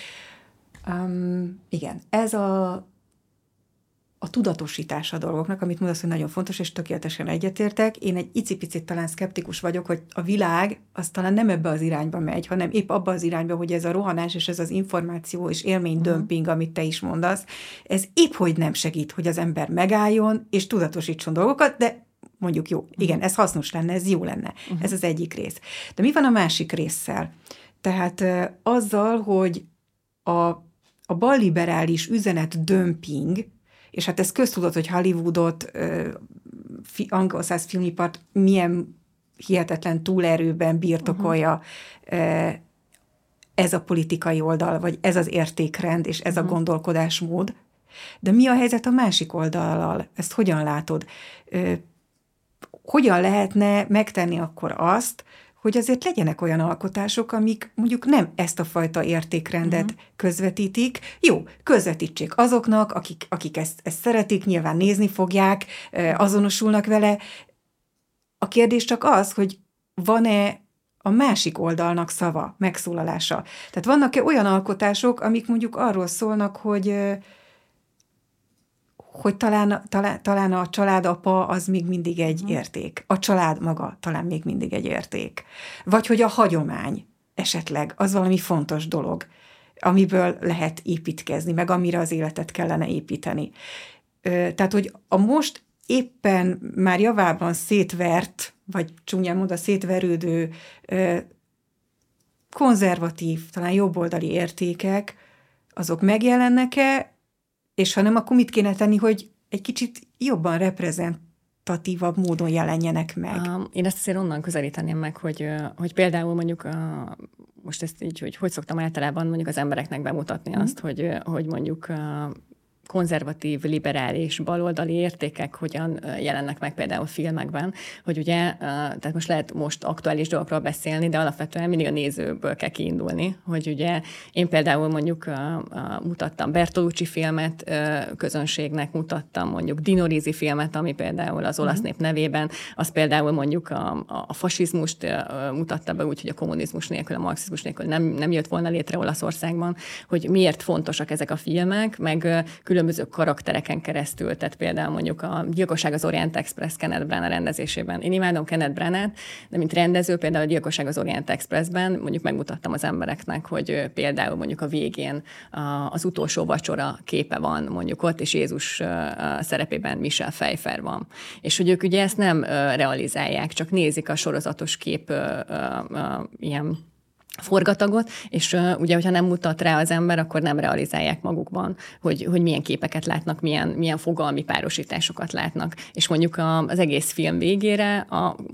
Igen, ez a tudatosítás a dolgoknak, amit mondasz, hogy nagyon fontos, és tökéletesen egyetértek. Én egy icipicit talán szkeptikus vagyok, hogy a világ az talán nem ebbe az irányba megy, hanem épp abba az irányba, hogy ez a rohanás és ez az információ és élménydömping, amit te is mondasz, ez épp hogy nem segít, hogy az ember megálljon és tudatosítson dolgokat, de mondjuk jó, igen, ez hasznos lenne, ez jó lenne. Ez az egyik rész. De mi van a másik résszel? Tehát azzal, hogy a balliberális üzenet dömping, és hát ez köztudott, hogy Hollywoodot, angol száz filmipart milyen hihetetlen túlerőben birtokolja ez a politikai oldal, vagy ez az értékrend, és ez a gondolkodásmód. De mi a helyzet a másik oldallal? Ezt hogyan látod? Hogyan lehetne megtenni akkor azt, hogy azért legyenek olyan alkotások, amik mondjuk nem ezt a fajta értékrendet közvetítik. Jó, közvetítsék azoknak, akik ezt szeretik, nyilván nézni fogják, azonosulnak vele. A kérdés csak az, hogy van-e a másik oldalnak szava, megszólalása. Tehát vannak-e olyan alkotások, amik mondjuk arról szólnak, hogy talán a családapa az még mindig egy érték. A család maga talán még mindig egy érték. Vagy hogy a hagyomány esetleg az valami fontos dolog, amiből lehet építkezni, meg amire az életet kellene építeni. Tehát, hogy a most éppen már javában szétvert, vagy csúnyán mondva szétverődő konzervatív, talán jobboldali értékek, azok megjelennek-e, és ha nem, akkor mit kéne tenni, hogy egy kicsit jobban reprezentatívabb módon jelenjenek meg? Én ezt azért onnan közelíteném meg, hogy például mondjuk most ezt így, hogy szoktam általában mondjuk az embereknek bemutatni azt, hogy mondjuk konzervatív, liberális, baloldali értékek hogyan jelennek meg például filmekben, hogy ugye, tehát most aktuális dolgokról beszélni, de alapvetően mindig a nézőből kell kiindulni, hogy ugye én például mondjuk mutattam Bertolucci filmet közönségnek, mutattam mondjuk Dino Risi filmet, ami például az olasz nép nevében, az például mondjuk a fasizmust mutatta be úgy, hogy a kommunizmus nélkül, a marxizmus nélkül nem jött volna létre Olaszországban, hogy miért fontosak ezek a filmek, meg különböző karaktereken keresztül, tehát például mondjuk a Gyilkosság az Orient Express Kenneth Branagh rendezésében. Én imádom Kenneth Branagh, de mint rendező például a Gyilkosság az Orient Expressben mondjuk megmutattam az embereknek, hogy például mondjuk a végén az utolsó vacsora képe van mondjuk ott, és Jézus szerepében Michelle Pfeiffer van. És hogy ők ugye ezt nem realizálják, csak nézik a sorozatos kép ilyen forgatagot, és ugye, hogyha nem mutat rá az ember, akkor nem realizálják magukban, hogy milyen képeket látnak, milyen fogalmi párosításokat látnak. És mondjuk az egész film végére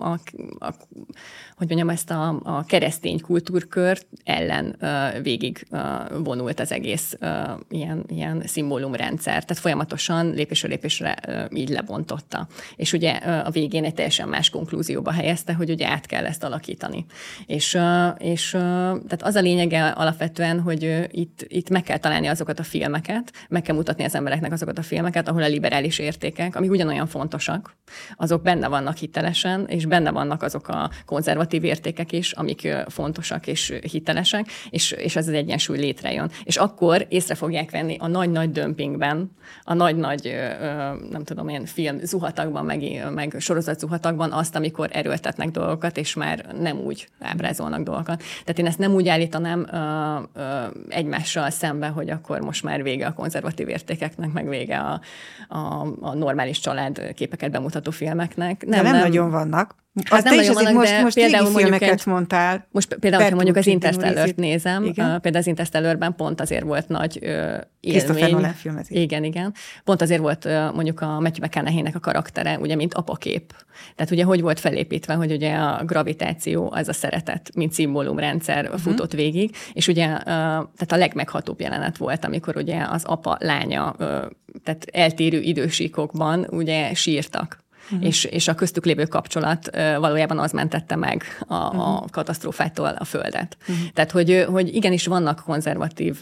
hogy mondjam, ezt a keresztény kultúrkört ellen végig vonult az egész ilyen szimbólumrendszer. Tehát folyamatosan lépésről lépésre így lebontotta. És ugye a végén egy teljesen más konklúzióba helyezte, hogy ugye át kell ezt alakítani. És tehát az a lényege alapvetően, hogy itt meg kell találni azokat a filmeket, meg kell mutatni az embereknek azokat a filmeket, ahol a liberális értékek, amik ugyanolyan fontosak, azok benne vannak hitelesen, és benne vannak azok a konzervatív értékek is, amik fontosak és hitelesek, és ez az egyensúly létrejön. És akkor észre fogják venni a nagy-nagy dömpingben, a nagy-nagy, nem tudom én, film zuhatakban, meg sorozat zuhatakban azt, amikor erőltetnek dolgokat, és már nem úgy ábrázolnak dolgokat. Tehát én ezt nem úgy állítanám egymással szembe, hogy akkor most már vége a konzervatív értékeknek, meg vége a normális család képeket bemutató filmeknek. Nem nagyon vannak. Hát nem nagyon vannak, de most például filmeket mondtál. Most például, ha mondjuk az Interstellart nézem, például az Interstellarben pont azért volt nagy élmény. Igen. Pont azért volt mondjuk a Matthew McConaugheynek a karaktere, ugye, mint apakép. Tehát ugye hogy volt felépítve, hogy ugye a gravitáció, az a szeretet, mint szimbólumrendszer futott végig, és ugye tehát a legmeghatóbb jelenet volt, amikor ugye az apa lánya, tehát eltérő idősíkokban ugye sírtak. És a köztük lévő kapcsolat valójában az mentette meg a katasztrófától a Földet. Tehát, hogy igenis vannak konzervatív,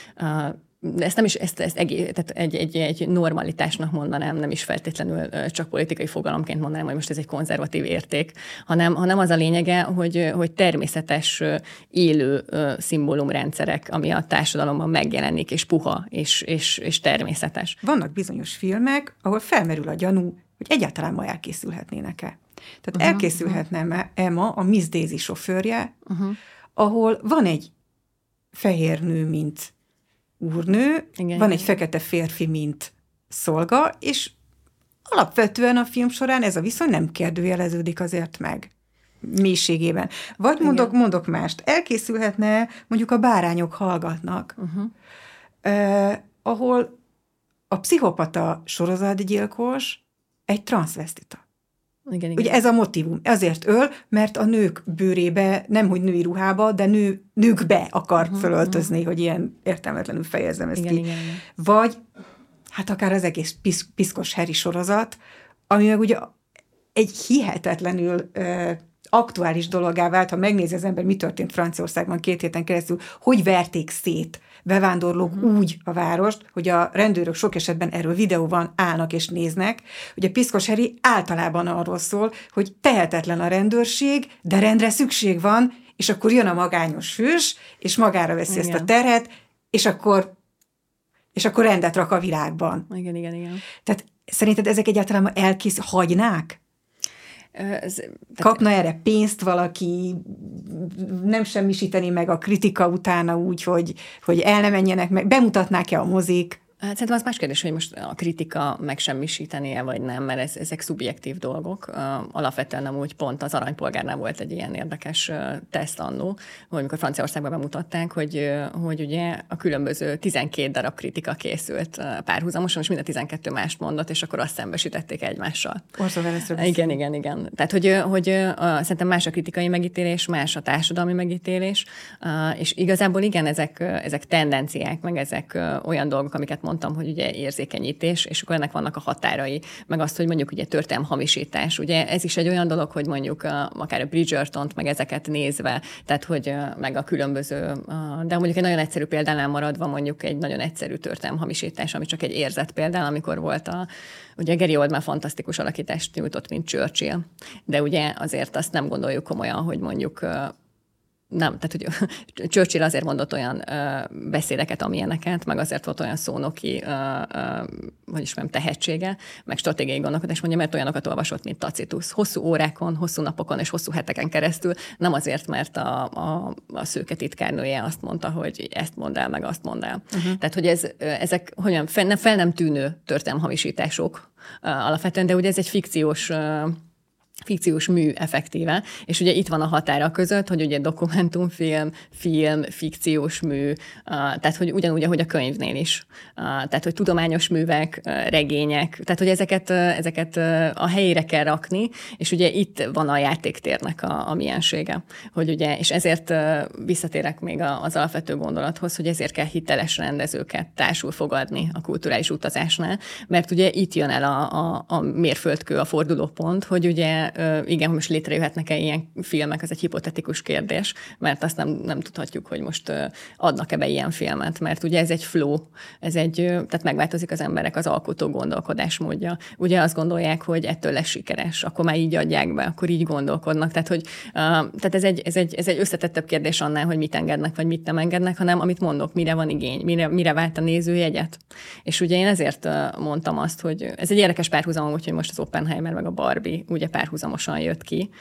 de ezt nem is tehát egy normalitásnak mondanám, nem is feltétlenül csak politikai fogalomként mondanám, hogy most ez egy konzervatív érték, hanem az a lényege, hogy természetes, élő szimbólumrendszerek, ami a társadalomban megjelenik, és puha, és természetes. Vannak bizonyos filmek, ahol felmerül a gyanú, hogy egyáltalán ma elkészülhetnének-e. Tehát elkészülhetne-e ma a Miss Daisy sofőrje, ahol van egy fehér nő, mint úrnő, van egy fekete férfi, mint szolga, és alapvetően a film során ez a viszony nem kérdőjeleződik azért meg mélységében. Vagy mondok mást, elkészülhetne mondjuk a Bárányok hallgatnak, ahol a pszichopata sorozatgyilkos egy transzvesztita. Igen. Ugye ez a motivum. Azért öl, mert a nők bőrébe, nemhogy női ruhába, de nőkbe akar fölöltözni, hogy ilyen értelmetlenül fejezzem ezt ki. Igen. Vagy hát akár az egész Piszkos Harry sorozat, ami meg ugye egy hihetetlenül aktuális dologgá vált, ha megnézi az ember, mi történt Franciaországban 2 héten keresztül, hogy verték szét bevándorlók úgy a várost, hogy a rendőrök sok esetben erről videó van, állnak és néznek. Ugye Piszkos Harry általában arról szól, hogy tehetetlen a rendőrség, de rendre szükség van, és akkor jön a magányos hős, és magára veszi ezt a terhet, és akkor rendet rak a világban. Igen. Tehát szerinted ezek egyáltalán hagynák? Kapna erre pénzt valaki, nem semmisíteni meg a kritika utána úgy, hogy el ne menjenek meg, bemutatnák-e a mozik? Hát szerintem az más kérdés, hogy most a kritika megsemmisítenie, vagy nem, mert ezek szubjektív dolgok. Alapvetően nem úgy pont az Aranypolgárnál volt egy ilyen érdekes teszt annó, hogy amikor Franciaországban bemutatták, hogy ugye a különböző 12 darab kritika készült párhuzamosan, és mind a 12 mást mondott, és akkor azt szembesítették egymással. Igen. Tehát, hogy szerintem más a kritikai megítélés, más a társadalmi megítélés, és igazából igen, ezek tendenciák, meg ezek olyan dolgok, amiket mondtam, hogy ugye érzékenyítés, és akkor ennek vannak a határai, meg azt, hogy mondjuk ugye történelmhamisítás. Ugye ez is egy olyan dolog, hogy mondjuk akár a Bridgertont, meg ezeket nézve, tehát hogy meg a különböző, de mondjuk egy nagyon egyszerű példánál maradva, mondjuk egy nagyon egyszerű történelmhamisítás, ami csak egy érzett példán, amikor volt ugye Gary Oldman fantasztikus alakítást nyújtott, mint Churchill, de ugye azért azt nem gondoljuk komolyan, hogy mondjuk nem, tehát hogy Churchill azért mondott olyan beszédeket, amilyeneket, meg azért volt olyan szónoki, tehetsége, meg stratégiai gondolkodás, mondja, mert olyanokat olvasott, mint Tacitus. Hosszú órákon, hosszú napokon és hosszú heteken keresztül, nem azért, mert a szőke titkárnője azt mondta, hogy ezt mondd el, meg azt mondd el. Tehát, hogy ezek fel nem tűnő történelmhamisítások alapvetően, de ugye ez egy fikciós mű effektíve, és ugye itt van a határa között, hogy ugye dokumentumfilm, film, fikciós mű, tehát hogy ugyanúgy, ahogy a könyvnél is. Tehát, hogy tudományos művek, regények, tehát, hogy ezeket a helyére kell rakni, és ugye itt van a játéktérnek a miensége. Hogy ugye, és ezért visszatérek még az alapvető gondolathoz, hogy ezért kell hiteles rendezőket társul fogadni a kulturális utazásnál, mert ugye itt jön el a mérföldkő, a fordulópont, hogy ugye igen, most létrejöhetnek-e ilyen filmek, ez egy hipotetikus kérdés, mert azt nem tudhatjuk, hogy most adnak-e be ilyen filmet, mert ugye ez egy flow, tehát megváltozik az emberek az alkotó gondolkodásmódja. Ugye azt gondolják, hogy ettől lesz sikeres, akkor már így adják be, akkor így gondolkodnak. Tehát ez egy összetettebb kérdés annál, hogy mit engednek, vagy mit nem engednek, hanem amit mondok, mire van igény, mire vált a nézőjegyet. És ugye én ezért mondtam azt, hogy ez egy érdekes párhuzam, úgyhogy most az Oppenheimer meg a Barbie ugye párhuzamosan jött ki,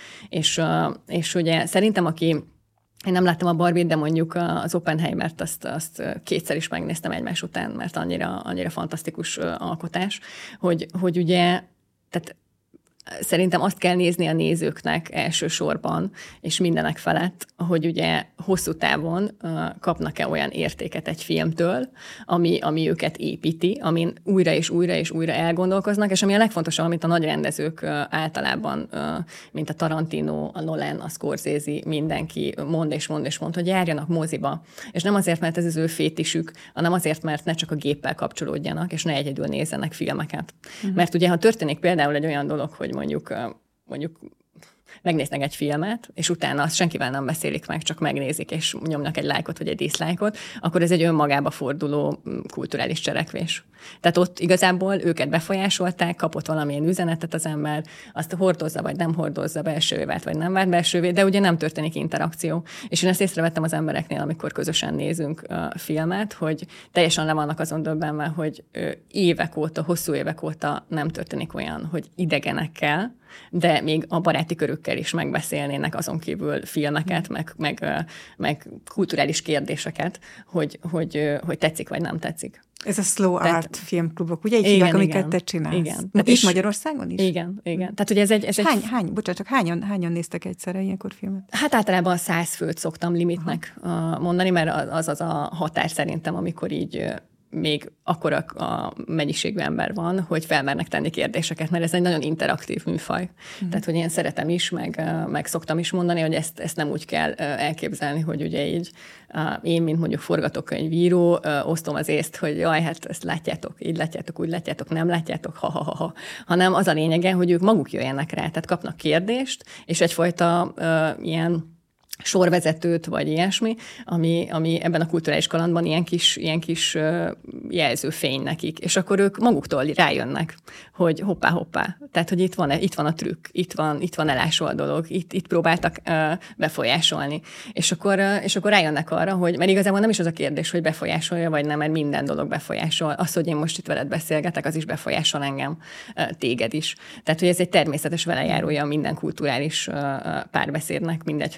és ugye szerintem én nem láttam a Barbie-t, de mondjuk az Oppenheimert azt kétszer is megnéztem egymás után, mert annyira fantasztikus alkotás, hogy ugye, tehát szerintem azt kell nézni a nézőknek elsősorban, és mindenek felett, hogy ugye hosszú távon kapnak-e olyan értéket egy filmtől, ami őket építi, amin újra és újra és újra elgondolkoznak, és ami a legfontosabb, amit a nagy rendezők általában, mint a Tarantino, a Nolan, a Scorsese, mindenki mond, hogy járjanak moziba. És nem azért, mert ez az ő fétisük, hanem azért, mert ne csak a géppel kapcsolódjanak, és ne egyedül nézzenek filmeket. Mert ugye, ha történik például egy olyan dolog, hogy mondjuk megnéznek egy filmet, és utána azt senkivel nem beszélik meg, csak megnézik, és nyomnak egy lájkot, vagy egy diszlájkot, akkor ez egy önmagába forduló kulturális cselekvés. Tehát ott igazából őket befolyásolták, kapott valamilyen üzenetet az ember, azt hordozza, vagy nem hordozza, belsővé vált, vagy nem vált belsővé, de ugye nem történik interakció. És én ezt észrevettem az embereknél, amikor közösen nézünk filmet, hogy teljesen le vannak azon döbbenve, hogy hosszú évek óta nem történik olyan, hogy idegenekkel, de még a baráti körükkel is megbeszélnének azon kívül filmeket, meg kulturális kérdéseket, hogy tetszik vagy nem tetszik. Ez a slow art filmklubok, ugye? Így hívják, amiket te csinálsz. Igen. Itt Magyarországon is? Igen. Tehát ugye ez egy hányan néztek egyszerre ilyenkor filmet? Hát általában 100 főt szoktam limitnek mondani, mert az a határ szerintem, amikor így még akkora a mennyiségű ember van, hogy felmernek tenni kérdéseket, mert ez egy nagyon interaktív műfaj. Tehát, hogy én szeretem is, meg szoktam is mondani, hogy ezt nem úgy kell elképzelni, hogy ugye így én, mint mondjuk forgatókönyvíró, osztom az észt, hogy jaj, hát ezt látjátok, így látjátok, úgy látjátok, nem látjátok, ha. Hanem az a lényege, hogy ők maguk jöjjenek rá, tehát kapnak kérdést, és egyfajta ilyen sorvezetőt, vagy ilyesmi, ami ebben a kulturális kalandban ilyen kis jelzőfény nekik. És akkor ők maguktól rájönnek, hogy hoppá. Tehát, hogy itt van a trükk, itt van elásva a dolog, itt próbáltak befolyásolni. És akkor rájönnek arra, hogy, mert igazából nem is az a kérdés, hogy befolyásolja, vagy nem, mert minden dolog befolyásol. Az, hogy én most itt veled beszélgetek, az is befolyásol engem, téged is. Tehát, hogy ez egy természetes velejárója minden kulturális párbeszédnek, mindegy, hogy az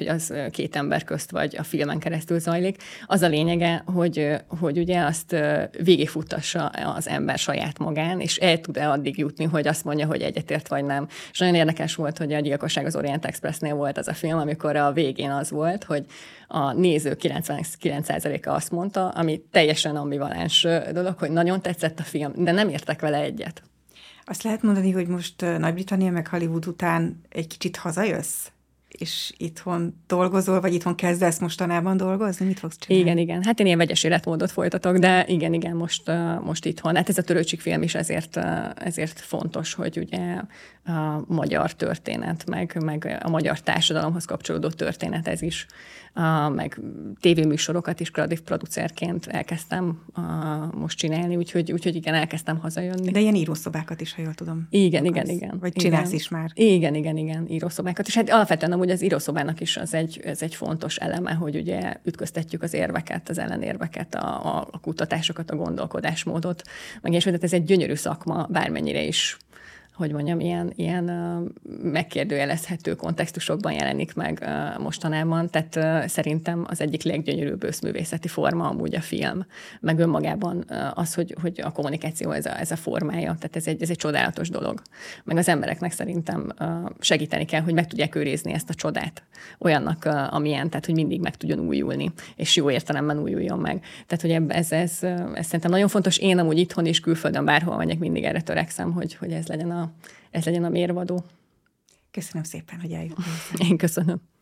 két ember közt, vagy a filmen keresztül zajlik. Az a lényege, hogy ugye azt végigfuttassa az ember saját magán, és el tud-e addig jutni, hogy azt mondja, hogy egyetért vagy nem. És nagyon érdekes volt, hogy a Gyilkosság az Orient Expressnél volt az a film, amikor a végén az volt, hogy a néző 99%-a azt mondta, ami teljesen ambivalens dolog, hogy nagyon tetszett a film, de nem értek vele egyet. Azt lehet mondani, hogy most Nagy-Britannia meg Hollywood után egy kicsit hazajössz? És itthon dolgozol, vagy itthon kezdesz mostanában dolgozni? Mit fogsz csinálni? Igen. Hát én ilyen vegyes életmódot folytatok, de igen, most itthon. Hát ez a Törőcsik film is ezért fontos, hogy ugye a magyar történet, meg a magyar társadalomhoz kapcsolódó történet ez is, meg tévéműsorokat is kreatív producerként elkezdtem most csinálni, úgyhogy igen, elkezdtem hazajönni. De ilyen írószobákat is, ha jól tudom. Igen. Vagy csinálsz is már. Igen, írószobákat. És hát alapvetően amúgy az írószobának is ez egy fontos eleme, hogy ugye ütköztetjük az érveket, az ellenérveket, a kutatásokat, a gondolkodásmódot. Meg és ez egy gyönyörű szakma, bármennyire is, hogy mondjam, ilyen megkérdőjelezhető kontextusokban jelenik meg mostanában. Tehát szerintem az egyik leggyönyörűbb összművészeti forma amúgy a film, meg önmagában az, hogy a kommunikáció ez a formája. Tehát ez egy csodálatos dolog. Meg az embereknek szerintem segíteni kell, hogy meg tudják őrizni ezt a csodát olyannak, amilyen, tehát hogy mindig meg tudjon újulni, és jó értelemben újuljon meg. Tehát, hogy ez szerintem nagyon fontos. Én amúgy itthon is, külföldön, bárhol megyek, mindig erre törekszem, hogy ez legyen a mérvadó. Köszönöm szépen, hogy eljöttél. Én köszönöm.